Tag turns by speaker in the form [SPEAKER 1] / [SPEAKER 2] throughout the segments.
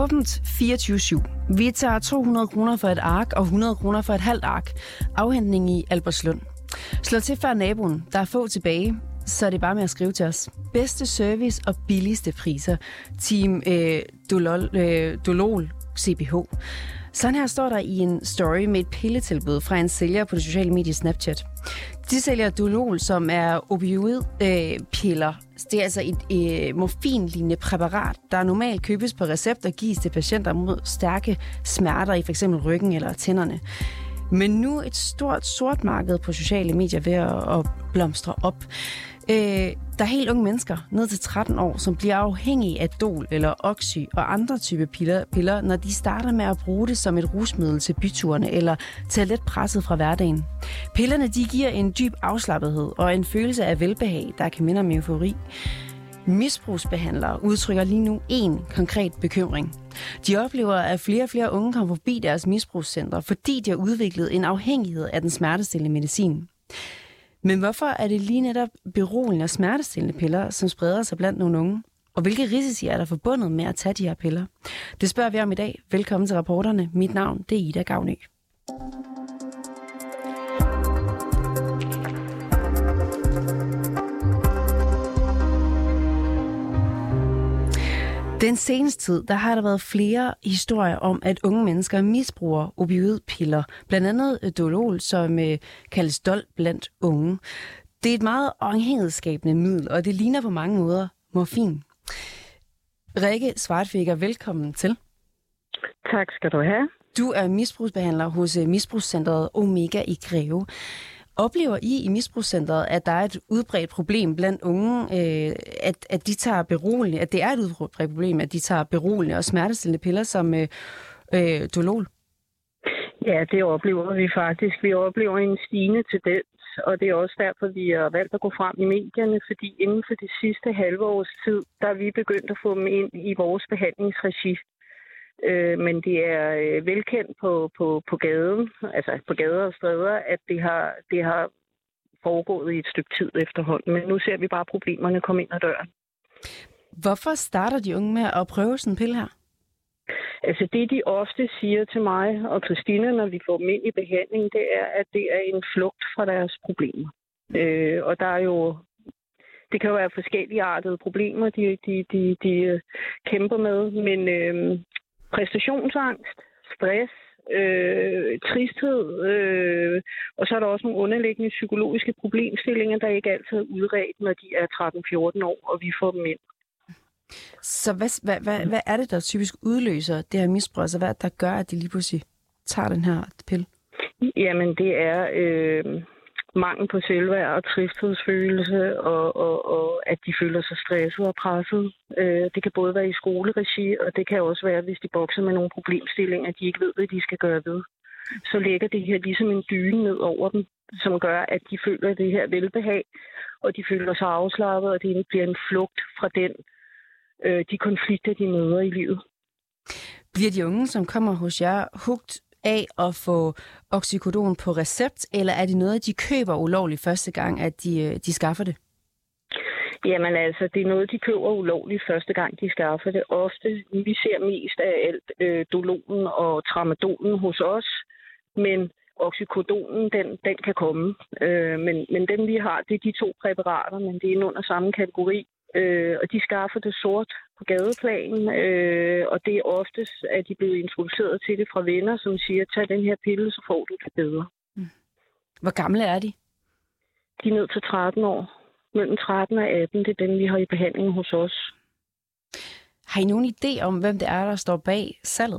[SPEAKER 1] Åbent 24/7. Vi tager 200 kroner for et ark og 100 kroner for et halvt ark. Afhentning i Albertslund. Slå til før naboen. Der er få tilbage, så er det bare med at skrive til os. Bedste service og billigste priser. Team Dolol CPH. Sådan her står der i en story med et pilletilbud fra en sælger på det sociale medie Snapchat. De sælger Dolol, som er opioidpiller. Det er altså et morfinlignende præparat, der normalt købes på recept og gives til patienter mod stærke smerter i f.eks. ryggen eller tænderne. Men nu et stort sort marked på sociale medier ved at blomstre op. Der er helt unge mennesker, ned til 13 år, som bliver afhængige af Dol eller Oxy og andre typer piller, når de starter med at bruge det som et rusmiddel til byturene eller til at lette presset fra hverdagen. Pillerne de giver en dyb afslappethed og en følelse af velbehag, der kan minde om eufori. Misbrugsbehandlere udtrykker lige nu én konkret bekymring. De oplever, at flere og flere unge kommer forbi deres misbrugscentre, fordi de har udviklet en afhængighed af den smertestillende medicin. Men hvorfor er det lige netop beroligende og smertestillende piller, som spreder sig blandt nogle unge? Og hvilke risici er der forbundet med at tage de her piller? Det spørger vi om i dag. Velkommen til Reporterne. Mit navn det er Ida Gavnø. Den seneste tid, der har der været flere historier om, at unge mennesker misbruger opioidpiller. Blandt andet Dolol, som kaldes Dol blandt unge. Det er et meget afhængighedsskabende middel, og det ligner på mange måder morfin. Rikke Svartfinger, velkommen til.
[SPEAKER 2] Tak skal du have.
[SPEAKER 1] Du er misbrugsbehandler hos misbrugscentret Omega i Greve. Oplever I misbrugscentret, at der er et udbredt problem blandt unge, at de tager beroligende, at det er et udbredt problem, at de tager beroligende og smertestillende piller som Dolol?
[SPEAKER 2] Ja, det oplever vi faktisk. Vi oplever en stigende tendens, og det er også derfor, vi har valgt at gå frem i medierne, fordi inden for det sidste halve års tid, der er vi begyndt at få dem ind i vores behandlingsregi. Men det er velkendt på gaden, altså på gader og stræder, at det har foregået i et stykke tid efterhånden. Men nu ser vi bare problemerne komme ind ad døren.
[SPEAKER 1] Hvorfor starter de unge med at prøve sådan en pille her?
[SPEAKER 2] Altså det, de ofte siger til mig og Christine, når vi får dem ind i behandling, det er, at det er en flugt fra deres problemer. Og der er jo... Det kan jo være forskellige artede problemer, de kæmper med, men præstationsangst, stress, tristhed, og så er der også nogle underliggende psykologiske problemstillinger, der ikke altid er udredt, når de er 13-14 år, og vi får dem ind.
[SPEAKER 1] Så hvad er det, der typisk udløser det her misbrug? Altså hvad der gør, at de lige pludselig tager den her pille?
[SPEAKER 2] Jamen det er... mangel på selvværd og trivselsfølelse, og at de føler sig stresset og presset. Det kan både være i skoleregi, og det kan også være, hvis de bokser med nogle problemstillinger, at de ikke ved, hvad de skal gøre ved. Så lægger det her ligesom en dyne ned over dem, som gør, at de føler det her velbehag, og de føler sig afslappet, og det bliver en flugt fra de konflikter, de møder i livet.
[SPEAKER 1] Bliver de unge, som kommer hos jer, hugt af at få oxycodon på recept, eller er det noget, de køber ulovligt første gang, at de skaffer det?
[SPEAKER 2] Jamen altså, det er noget, de køber ulovligt første gang, de skaffer det. Ofte, vi ser mest af alt Dololen og Tramadolen hos os, men oxycodonen, den kan komme. Men dem, vi har, det er de to præparater, men det er under samme kategori. Og de skaffer det sort på gadeplan, og det er oftest, at de er blevet introduceret til det fra venner, som siger, tag den her pille, så får du det bedre.
[SPEAKER 1] Hvor gamle er de?
[SPEAKER 2] De er ned til 13 år. Mellem 13 og 18, det er dem, vi har i behandling hos os.
[SPEAKER 1] Har I nogen idé om, hvem det er, der står bag salget?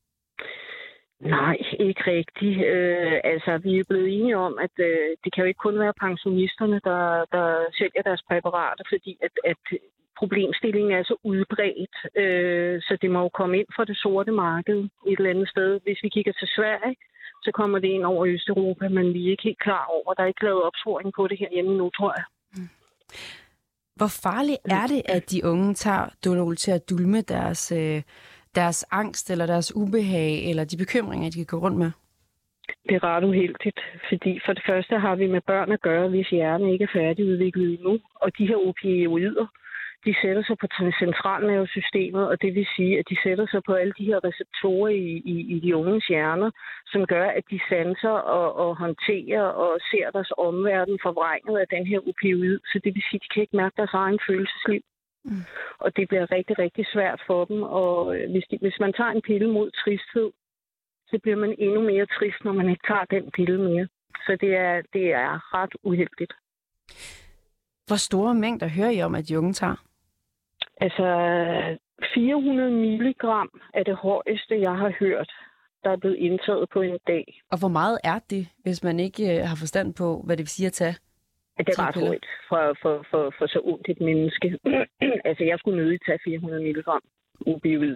[SPEAKER 2] Nej, ikke rigtigt. Altså, vi er blevet enige om, at det kan jo ikke kun være pensionisterne, der sælger deres præparater, fordi at problemstillingen er så udbredt. Så det må jo komme ind fra det sorte marked et eller andet sted. Hvis vi kigger til Sverige, så kommer det ind over Østeuropa, men vi er ikke helt klar over. Der er ikke lavet opsporing på det her hjemme nu, tror jeg.
[SPEAKER 1] Hvor farligt er det, at de unge tager Dolol til at dulme deres angst eller deres ubehag eller de bekymringer, de kan gå rundt med?
[SPEAKER 2] Det er ret uheldigt, fordi for det første har vi med børn at gøre, hvis hjernen ikke er færdigudviklet endnu. Og de her opioider, de sætter sig på centralnervesystemet, og det vil sige, at de sætter sig på alle de her receptorer i de unges hjerner, som gør, at de sanser og håndterer og ser deres omverden forvrænget af den her opioid. Så det vil sige, at de kan ikke mærke deres egen følelsesliv. Og det bliver rigtig, rigtig svært for dem. Og hvis man tager en pille mod tristhed, så bliver man endnu mere trist, når man ikke tager den pille mere. Så det er ret uheldigt.
[SPEAKER 1] Hvor store mængder hører I om, at de unge tager?
[SPEAKER 2] Altså, 400 milligram er det højeste, jeg har hørt, der er blevet indtaget på en dag.
[SPEAKER 1] Og hvor meget er det, hvis man ikke har forstand på, hvad det vil sige at tage?
[SPEAKER 2] Det er ret højt for så ondt et menneske. Altså, jeg skulle nødigt tage 400 milligram opioid.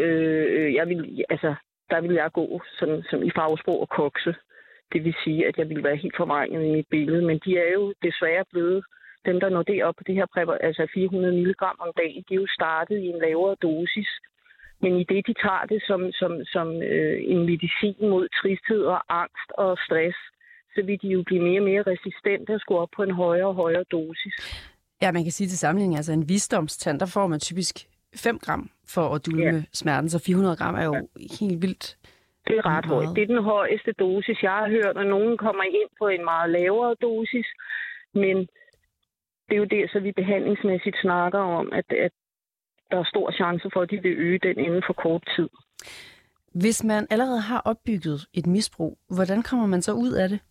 [SPEAKER 2] Der ville jeg gå sådan, som i fagsprog og kokse. Det vil sige, at jeg ville være helt forvrænget i mit billede. Men de er jo desværre blevet, dem der når det op på det her 400 milligram om dagen, de er jo startet i en lavere dosis. Men i det, de tager det som en medicin mod tristhed og angst og stress, så vil de jo blive mere og mere resistente og skulle op på en højere og højere dosis.
[SPEAKER 1] Ja, man kan sige til sammenligning, altså en visdomstand, der får man typisk 5 gram for at dulme smerten, så 400 gram er jo helt vildt.
[SPEAKER 2] Det er ret højt. Det er den højeste dosis, jeg har hørt, og nogen kommer ind på en meget lavere dosis, men det er jo det, så vi behandlingsmæssigt snakker om, at der er stor chance for, at de vil øge den inden for kort tid.
[SPEAKER 1] Hvis man allerede har opbygget et misbrug, hvordan kommer man så ud af det?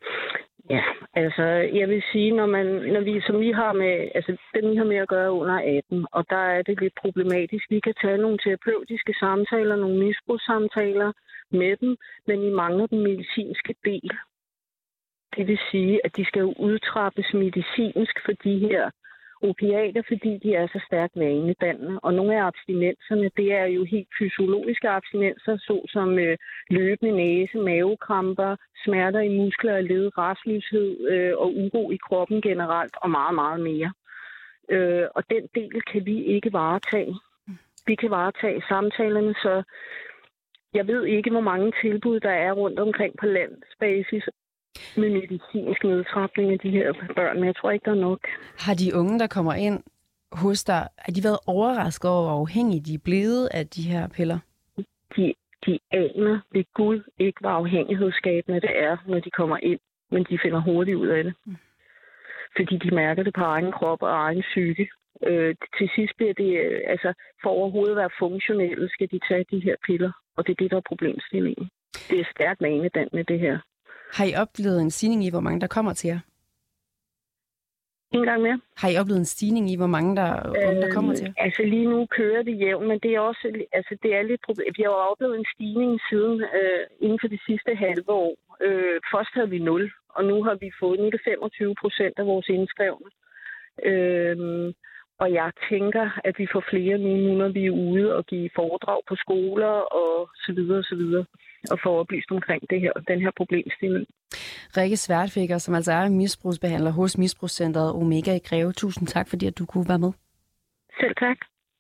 [SPEAKER 2] Ja, altså jeg vil sige, når vi har med at gøre under 18, og der er det lidt problematisk. Vi kan tage nogle terapeutiske samtaler, nogle misbrugssamtaler med dem, men vi mangler den medicinske del. Det vil sige, at de skal jo udtrappes medicinsk for de her opiater, fordi de er så stærkt vanedannende. Og nogle af abstinenserne, det er jo helt fysiologiske abstinenser, såsom løbende næse, mavekramper, smerter i muskler og led, rastløshed og uro i kroppen generelt, og meget, meget mere. Og den del kan vi ikke varetage. Vi kan varetage samtalerne, så jeg ved ikke, hvor mange tilbud der er rundt omkring på landsbasis med medicinsk nedtrapning af de her børn, men jeg tror ikke, der er nok.
[SPEAKER 1] Har de unge, der kommer ind hos dig, har de været overrasket over, hvor afhængige de er blevet af de her piller?
[SPEAKER 2] De aner ved Gud ikke, hvor afhængighedsskabende det er, når de kommer ind, men de finder hurtigt ud af det. Fordi de mærker det på egen krop og egen psyke. Til sidst bliver det, for overhovedet at være funktionelle, skal de tage de her piller, og det er det, der er problemstillingen. Det er stærkt vanedannende, det her.
[SPEAKER 1] Har I oplevet en stigning i, hvor mange der kommer til jer?
[SPEAKER 2] En gang mere.
[SPEAKER 1] Har I oplevet en stigning i, hvor mange der kommer til jer?
[SPEAKER 2] Altså lige nu kører det jævnt, men det er også, det er lidt problem. Vi har jo oplevet en stigning siden inden for det sidste halve år. Først havde vi 0, og nu har vi fået 25% af vores indskrevne. Og jeg tænker, at vi får flere nu, når vi er ude og give foredrag på skoler og så videre, og få oplyst omkring den her problemstilling.
[SPEAKER 1] Rikke Sværtfikker, som altså er misbrugsbehandler hos Misbrugscentret Omega i Greve. Tusind tak, fordi at du kunne være med.
[SPEAKER 2] Selv tak.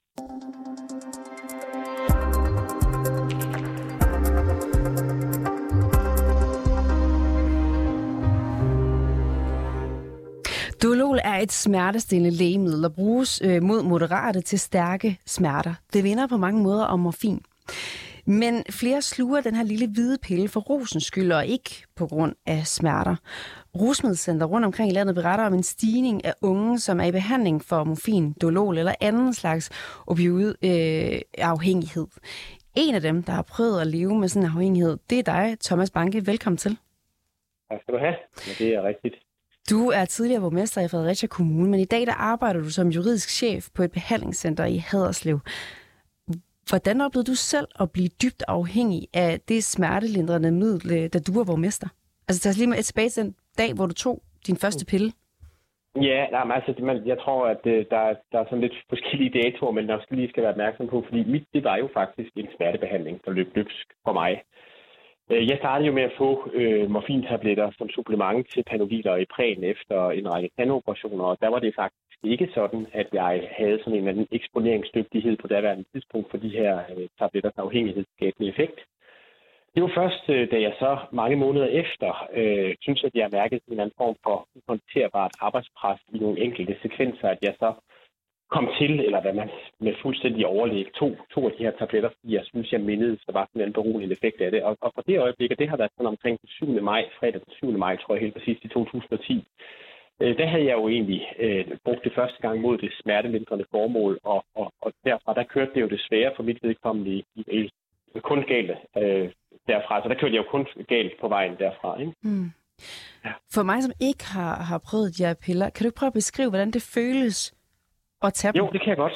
[SPEAKER 1] Dolol er et smertestillende lægemiddel, der bruges mod moderate til stærke smerter. Det minder på mange måder om morfin. Men flere sluger den her lille hvide pille for rosens skyld, og ikke på grund af smerter. Rusmiddelcenter rundt omkring i landet beretter om en stigning af unge, som er i behandling for morfin, Dolol eller anden slags opioid-afhængighed. En af dem, der har prøvet at leve med sådan en afhængighed, det er dig, Thomas Banke. Velkommen til.
[SPEAKER 3] Tak skal du have. Det er rigtigt.
[SPEAKER 1] Du er tidligere borgmester i Fredericia Kommune, men i dag der arbejder du som juridisk chef på et behandlingscenter i Haderslev. Hvordan oplevede du selv at blive dybt afhængig af det smertelindrende middel, da du var borgmester? Altså tag os lige med tilbage til den dag, hvor du tog din første pille.
[SPEAKER 3] Ja, jeg tror, at der er sådan lidt forskellige datoer, men man lige skal være opmærksom på, fordi det var jo faktisk en smertebehandling, der løb løbsk for mig. Jeg startede jo med at få morfintabletter som supplement til Panodil og Ipren efter en række tandoperationer, og der var det faktisk ikke sådan, at jeg havde sådan en eller anden eksponeringsdygtighed på daværende tidspunkt for de her tabletters afhængighedsskabende effekt. Det var først, da jeg så mange måneder efter, synes at jeg mærkede en eller anden form for håndterbart arbejdspres i nogle enkelte sekvenser, at jeg så kom til, eller hvad man med fuldstændig overlæg to af de her tabletter, fordi jeg synes, jeg mindede, så var sådan en beroligende effekt af det. Og fra det øjeblik, og det har været sådan omkring den 7. maj, fredag den 7. maj, tror jeg helt præcis, i 2010, der havde jeg jo egentlig brugt det første gang mod det smertelindrende formål, og derfra, der kørte det jo desværre for mit vedkommende i kun galt derfra. Så der kørte jeg jo kun galt på vejen derfra, ikke?
[SPEAKER 1] Mm. Ja. For mig, som ikke har prøvet de her piller, kan du ikke prøve at beskrive, hvordan det føles at tage dem?
[SPEAKER 3] Jo, det kan jeg godt.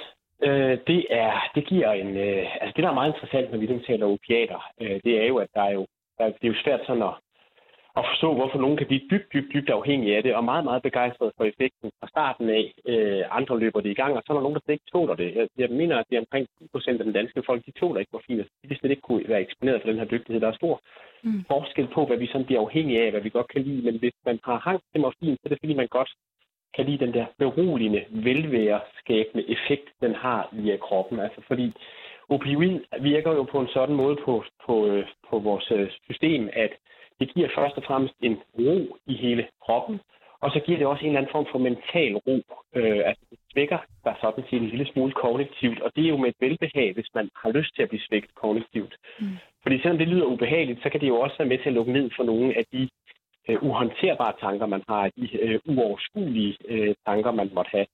[SPEAKER 3] Det giver en... altså det, der er meget interessant, når vi nu taler opiater, det er jo, at det er jo svært sådan at forstå, hvorfor nogen kan blive dybt afhængige af det, og meget, meget begejstret for effekten fra starten af. Andre løber det i gang, og så er der nogen, der slet ikke tåler det. Jeg mener, at det er omkring 10% af den danske folk, de tåler ikke morfin, og de slet ikke kunne være eksponeret for den her dygtighed. Der er stor forskel på, hvad vi sådan bliver afhængige af, hvad vi godt kan lide, men hvis man har hang til morfin, så er det fordi, man godt kan lide den der beroligende, velværeskabende effekt, den har i kroppen. Altså fordi opioid virker jo på en sådan måde på vores system, at det giver først og fremmest en ro i hele kroppen, og så giver det også en eller anden form for mental ro. Altså det svækker der sådan set en lille smule kognitivt, og det er jo med et velbehag, hvis man har lyst til at blive svækket kognitivt. Fordi selvom det lyder ubehageligt, så kan det jo også være med til at lukke ned for nogle af de uhåndterbare tanker, man har, de uoverskuelige tanker, man måtte have.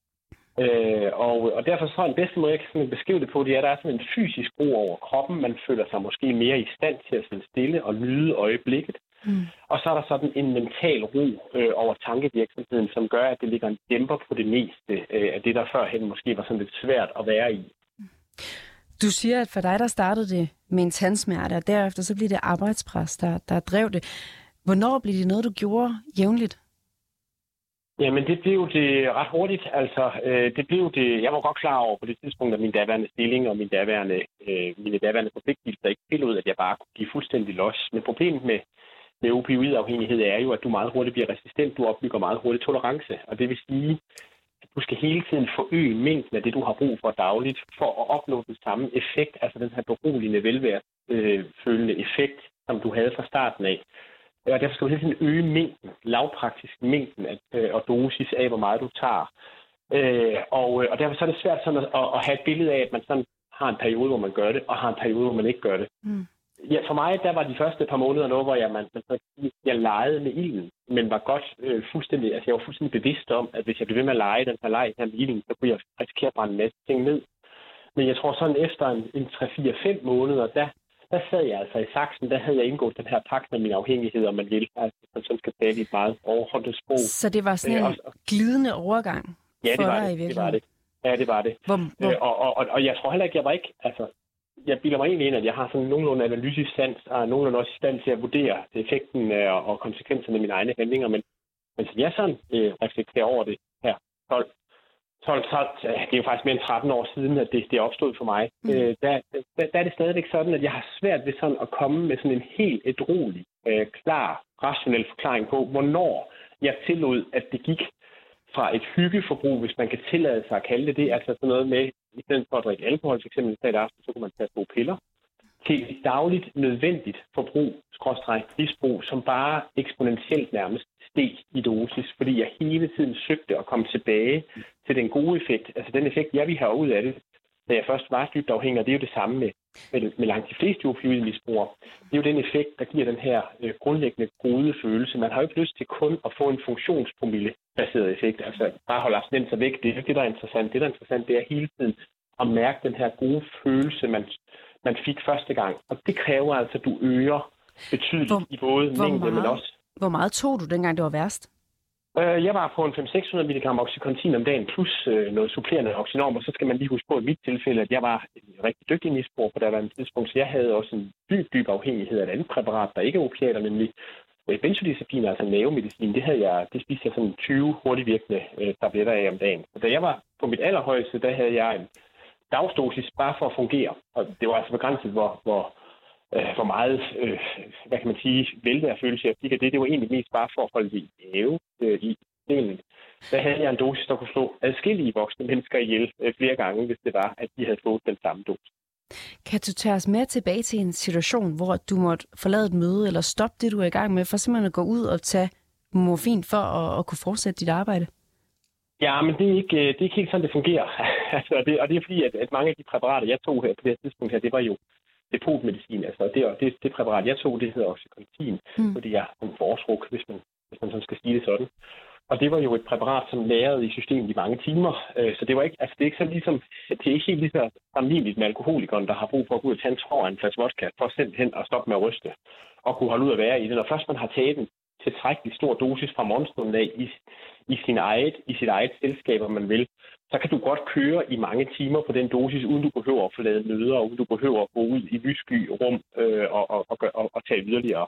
[SPEAKER 3] Og derfor så er den bedste måde, jeg kan beskrive det på, det er, at der er sådan en fysisk ro over kroppen. Man føler sig måske mere i stand til at sidde stille og nyde øjeblikket. Og så er der sådan en mental ro over tankevirksomheden, som gør, at det ligger en dæmper på det meste af det, der førhen måske var sådan lidt svært at være i.
[SPEAKER 1] Du siger, at for dig, der startede det med en tandsmerte, og derefter så blev det arbejdspres, der drev det. Hvornår blev det noget, du gjorde jævnligt?
[SPEAKER 3] Jamen, det blev det ret hurtigt. Altså, det blev det. Jeg var godt klar over på det tidspunkt, at min daværende stilling og mine daværende forpligtelser ikke tillod, at jeg bare kunne give fuldstændig los. Men problemet med opioidafhængighed er jo, at du meget hurtigt bliver resistent. Du opbygger meget hurtigt tolerance. Og det vil sige, at du skal hele tiden forøge mængden af det, du har brug for dagligt, for at opnå den samme effekt, altså den her beroligende, velværefølende effekt, som du havde fra starten af. Og derfor skal du hele tiden øge mængden, lavpraktisk mængden og dosis af, hvor meget du tager. Og derfor så er det svært sådan at have et billede af, at man sådan har en periode, hvor man gør det, og har en periode, hvor man ikke gør det. Ja, for mig, der var de første par måneder noget, hvor jeg legede med ilden, men var godt fuldstændig, altså jeg var fuldstændig bevidst om, at hvis jeg blev ved med at lege den her leg her med ilden, så kunne jeg risikere at brænde en masse ting ned. Men jeg tror sådan efter en 3-4-5 måneder, der sad jeg altså i saksen, der havde jeg indgået den her pagt med min afhængighed, om man vil, altså man sådan skal tale i et meget overholdt sprog. Så
[SPEAKER 1] det var sådan en glidende overgang?
[SPEAKER 3] Ja, det var det. Ja, det var det. Og jeg tror heller ikke, jeg var ikke, altså jeg bilder mig egentlig ind, at jeg har sådan nogenlunde analytisk sans, og nogenlunde også i stand til at vurdere effekten og konsekvenserne af mine egne handlinger, men som jeg sådan reflekterer over det her 12, det er jo faktisk mere end 13 år siden, at det opstod for mig. Der er det stadigvæk sådan, at jeg har svært ved sådan at komme med sådan en helt ædruelig, klar, rationel forklaring på, hvornår jeg tillod, at det gik fra et hyggeforbrug, hvis man kan tillade sig at kalde det det, altså sådan noget med, i stedet for at drikke alkohol, f.eks. i stedet aften, så kunne man tage 2 piller, til et dagligt nødvendigt forbrug, misbrug, som bare eksponentielt nærmest steg i dosis, fordi jeg hele tiden søgte at komme tilbage til den gode effekt, altså den effekt, jeg vil have ud af det, da jeg først var dybt afhængig, og det er jo det samme med langt de fleste opioidmisbrugere. Det er jo den effekt, der giver den her grundlæggende gode følelse. Man har jo ikke lyst til kun at få en funktionspromille-baseret effekt, altså bare holde abstinenser væk. Det er det, der er interessant. Det, der er interessant, det er hele tiden at mærke den her gode følelse, man fik første gang. Og det kræver altså, at du øger betydeligt i både mængde, men også...
[SPEAKER 1] Hvor meget tog du dengang, det var værst?
[SPEAKER 3] Jeg var på en 500-600 mg Oxycontin om dagen, plus noget supplerende Oxynorm, og så skal man lige huske på i mit tilfælde, at jeg var en rigtig dygtig misbruger på daværende tidspunkt, så jeg havde også en dyb afhængighed af et andet præparat, der ikke er opiater, nemlig benzodiazepin, altså nervemedicin. Det spiste jeg sådan 20 hurtigtvirkende tabletter af om dagen. Og da jeg var på mit allerhøjeste, der havde jeg en dagsdosis bare for at fungere, og det var altså begrænset, hvor meget, hvad kan man sige, velværefølelse jeg fik af det. Det var egentlig mest bare for at holde det i hæve i delen. Der havde jeg en dosis, der kunne slå adskillige voksne mennesker ihjel flere gange, hvis det var, at de havde fået den samme dosis.
[SPEAKER 1] Kan du tage os med tilbage til en situation, hvor du måtte forlade et møde eller stoppe det, du er i gang med, for simpelthen at gå ud og tage morfin for at kunne fortsætte dit arbejde?
[SPEAKER 3] Ja, men det er ikke helt sådan, det fungerer. Og det er fordi, at mange af de præparater, jeg tog her på det her tidspunkt her, det var jo depotmedicin. Altså det præparat, jeg tog, det hedder Oxycontin, fordi jeg er en forårsruk, hvis man sådan skal sige det sådan. Og det var jo et præparat, som lærede i systemet i mange timer. Så det var ikke, altså det er ikke sådan ligesom, det er ikke helt lige så sammenligneligt med alkoholikeren, der har brug for at gå ud og tage en tår af en flaske vodka, for simpelthen at stoppe med at ryste, og kunne holde ud at være i det. Når først man har taget den tilstrækkelig stor dosis fra morgenstunden af i sit eget selskab, om man vil, så kan du godt køre i mange timer på den dosis, uden du behøver at forlade møder, uden du behøver at gå ud i lyssky rum og tage yderligere.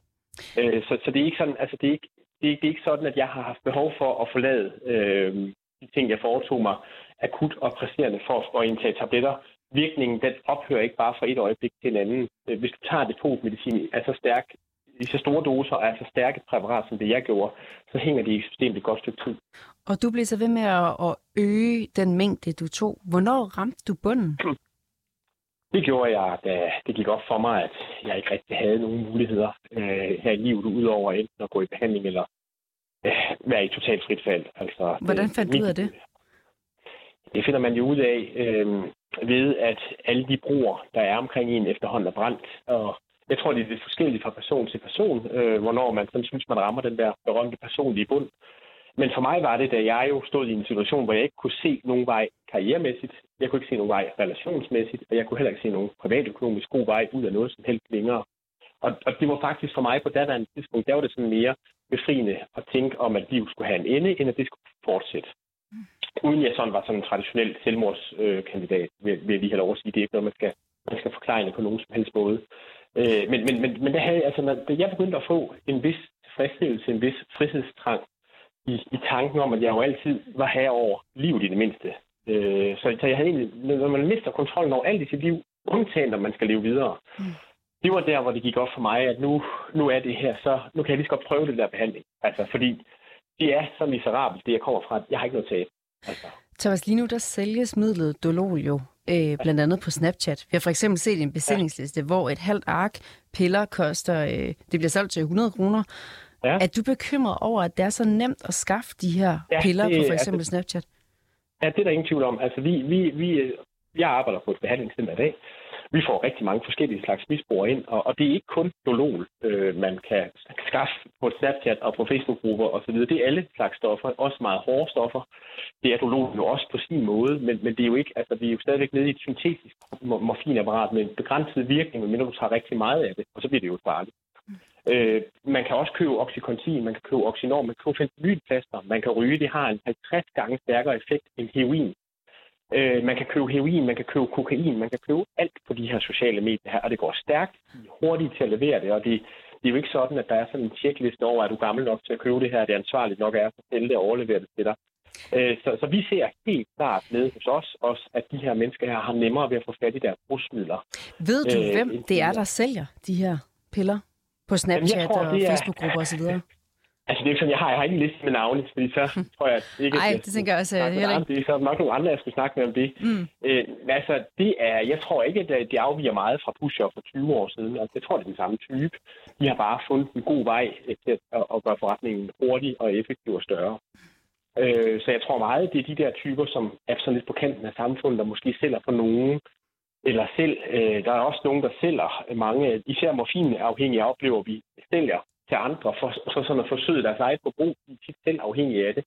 [SPEAKER 3] Så det er ikke sådan, altså det er ikke sådan, at jeg har haft behov for at forlade de ting, jeg foretog mig akut og presserende for at indtage tabletter. Virkningen, den ophører ikke bare fra et øjeblik til en anden. Hvis du tager depotmedicin er så stærk, i så store doser og er så stærke præparat, som det jeg gjorde, så hænger de i systemet et godt stykke tid.
[SPEAKER 1] Og du blev så ved med at øge den mængde, du tog. Hvornår ramte du bunden?
[SPEAKER 3] Det gjorde jeg, da det gik op for mig, at jeg ikke rigtig havde nogen muligheder her i livet, udover enten at gå i behandling eller være i totalt frit fald. Altså,
[SPEAKER 1] hvordan fandt du ud af det?
[SPEAKER 3] Det finder man jo ud af ved, at alle de broer, der er omkring en efterhånden er brændt. Og jeg tror, det er lidt forskelligt fra person til person, hvornår man sådan synes, man rammer den der berømte personlige bund. Men for mig var det, da jeg jo stod i en situation, hvor jeg ikke kunne se nogen vej karrieremæssigt, jeg kunne ikke se nogen vej relationsmæssigt, og jeg kunne heller ikke se nogen privatøkonomisk god vej ud af noget som helst længere. Og det var faktisk for mig på daværende tidspunkt, der var det sådan mere befriende at tænke om, at livet skulle have en ende, end at det skulle fortsætte. Uden jeg sådan var sådan en traditionel selvmordskandidat, vil jeg lige have lov at sige. Det er ikke noget, man skal forklare på nogen som helst måde. Men der havde, altså, jeg begyndte at få en vis tilfredsstillelse, en vis frihedstrang i tanken om, at jeg jo altid var her over livet i det mindste. Så jeg havde egentlig, når man mister kontrollen over alt i sit liv, undtagen når man skal leve videre. Det var der, hvor det gik op for mig, at nu er det her, så nu kan jeg lige så godt prøve det der behandling. Altså, fordi det er så miserabelt, det jeg kommer fra. Jeg har ikke noget tab. Altså.
[SPEAKER 1] Thomas, lige nu der sælges midlet Dolol jo, blandt andet på Snapchat. Vi har for eksempel set en bestillingsliste, hvor et halvt ark piller koster, det bliver solgt til 100 kroner. Ja. Er du bekymret over, at det er så nemt at skaffe de her piller på for eksempel Snapchat?
[SPEAKER 3] Ja, det er der ingen tvivl om. Altså, jeg arbejder på et behandlingscenter i dag. Vi får rigtig mange forskellige slags misbrugere ind, og det er ikke kun Dolol, man kan skaffe på Snapchat og på Facebook-grupper osv. Det er alle slags stoffer, også meget hårde stoffer. Det er Dolol jo også på sin måde, men det er jo ikke, altså vi er jo stadigvæk nede i et syntetisk morfinapparat med en begrænset virkning, medmindre du tager rigtig meget af det, og så bliver det jo farligt. Man kan også købe Oxycontin, man kan købe Oxynorm, man kan købe fentanyl-plaster, man kan ryge, det har en 50 gange stærkere effekt end heroin. Man kan købe heroin, man kan købe kokain, man kan købe alt på de her sociale medier her, og det går stærkt, hurtigt til at levere det, og det er jo ikke sådan, at der er sådan en checkliste over, at du er gammel nok til at købe det her, det er ansvarligt nok at sælge det og overlevere det til dig. Så vi ser helt klart med hos os også, at de her mennesker her har nemmere ved at få fat i deres rusmidler.
[SPEAKER 1] Ved du, hvem det er, der sælger de her piller på Snapchat og Facebook-grupper osv.?
[SPEAKER 3] Altså, det er ikke sådan, jeg har ikke en liste med navne, fordi så tror jeg ikke...
[SPEAKER 1] Nej, det tænker jeg også heller ikke.
[SPEAKER 3] Det er så nok nogle andre, jeg skal snakke med om det. Altså, jeg tror ikke, at det afviger meget fra Pusher for 20 år siden. Altså, jeg tror, det er den samme type. De har bare fundet en god vej til at gøre forretningen hurtig og effektiv og større. Så jeg tror meget, det er de der typer, som er sådan lidt på kanten af samfundet, der måske sælger for nogen, eller selv. Der er også nogen, der sælger mange, især morfinafhængige oplever vi, sælger til andre, for sådan at forsøge deres eget forbrug, de er tit selv afhængige af det.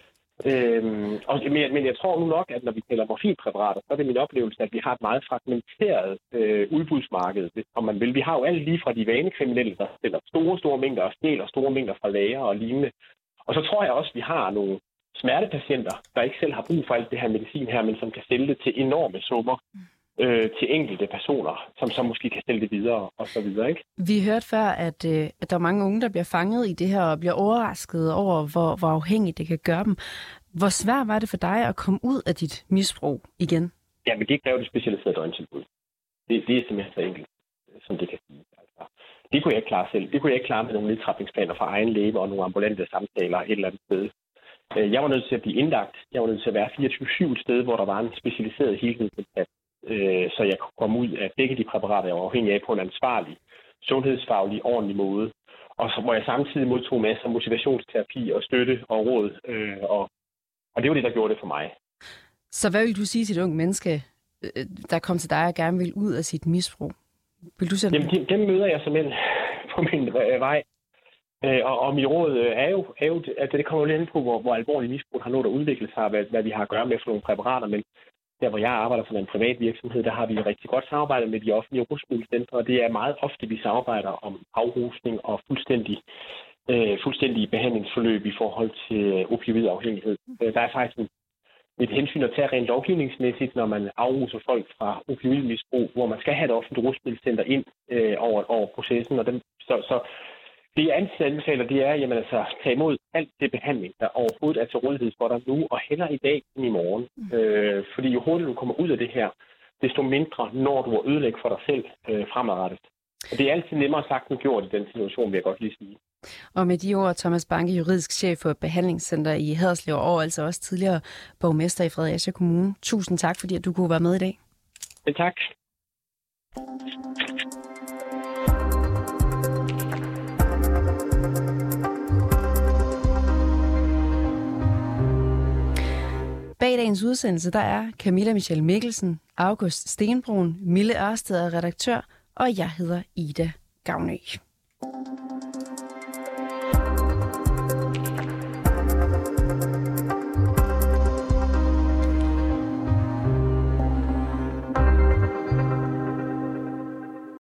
[SPEAKER 3] Men jeg tror nu nok, at når vi taler morfinpræparater, så er det min oplevelse, at vi har et meget fragmenteret udbudsmarked, om man vil. Vi har jo alt lige fra de vanekriminelle, der sælger store mængder og stjæler store mængder fra lager og lignende. Og så tror jeg også, at vi har nogle smertepatienter, der ikke selv har brug for alt det her medicin her, men som kan sælge det til enorme summer til enkelte personer, som så måske kan sælge det videre og så videre, ikke?
[SPEAKER 1] Vi hørte før, at der er mange unge, der bliver fanget i det her og bliver overrasket over, hvor afhængigt det kan gøre dem. Hvor svært var det for dig at komme ud af dit misbrug igen?
[SPEAKER 3] Ja, men det kræver det specialiserede døgntilbud. Det er simpelthen så enkelt, som det kan sige. Altså, det kunne jeg ikke klare selv. Det kunne jeg ikke klare med nogle nedtrapningsplaner fra egen læge og nogle ambulante samtaler et eller andet sted. Jeg var nødt til at blive indlagt. Jeg var nødt til at være 24/7 et sted, hvor der var en specialiseret helhedsindsats, så jeg kunne komme ud af begge de præparater, jeg var afhængig af på en ansvarlig, sundhedsfaglig, ordentlig måde. Og så hvor jeg samtidig modtog masser af motivationsterapi og støtte og råd Og det var det, der gjorde det for mig.
[SPEAKER 1] Så hvad vil du sige til et ungt menneske, der kom til dig og gerne vil ud af sit misbrug? Vil du sætte
[SPEAKER 3] dem møder jeg simpelthen på min vej. Og mit råd er jo at det kommer jo lidt ind på, hvor alvorlig misbrug har nået at udvikle sig, hvad vi har at gøre med for nogle præparater. Men der, hvor jeg arbejder som en privat virksomhed, der har vi et rigtig godt samarbejde med de offentlige rusmiddelcentre, og det er meget ofte, vi samarbejder om afrusning og fuldstændig behandlingsforløb i forhold til opioidafhængighed. Der er faktisk et hensyn at tage rent lovgivningsmæssigt, når man afruser folk fra opioidmisbrug, hvor man skal have et offentligt rusmiddelcenter ind over processen. Og så det jeg anbefaler, det er at tage imod alt det behandling, der overhovedet er til rådighed for dig nu, og hellere i dag end i morgen. Fordi jo hurtigere du kommer ud af det her, desto mindre når du at ødelægge for dig selv fremadrettet. Og det er altid nemmere sagt end gjort i den situation, vil jeg godt lige sige.
[SPEAKER 1] Og med de ord, Thomas Banke, juridisk chef for Behandlingscenter i Haderslev, og altså også tidligere borgmester i Fredericia Kommune. Tusind tak, fordi du kunne være med i dag.
[SPEAKER 3] Tak.
[SPEAKER 1] Bag dagens udsendelse, der er Camilla Michelle Mikkelsen, August Stenbrun, Mille Ørsted er redaktør, og jeg hedder Ida Gavnø.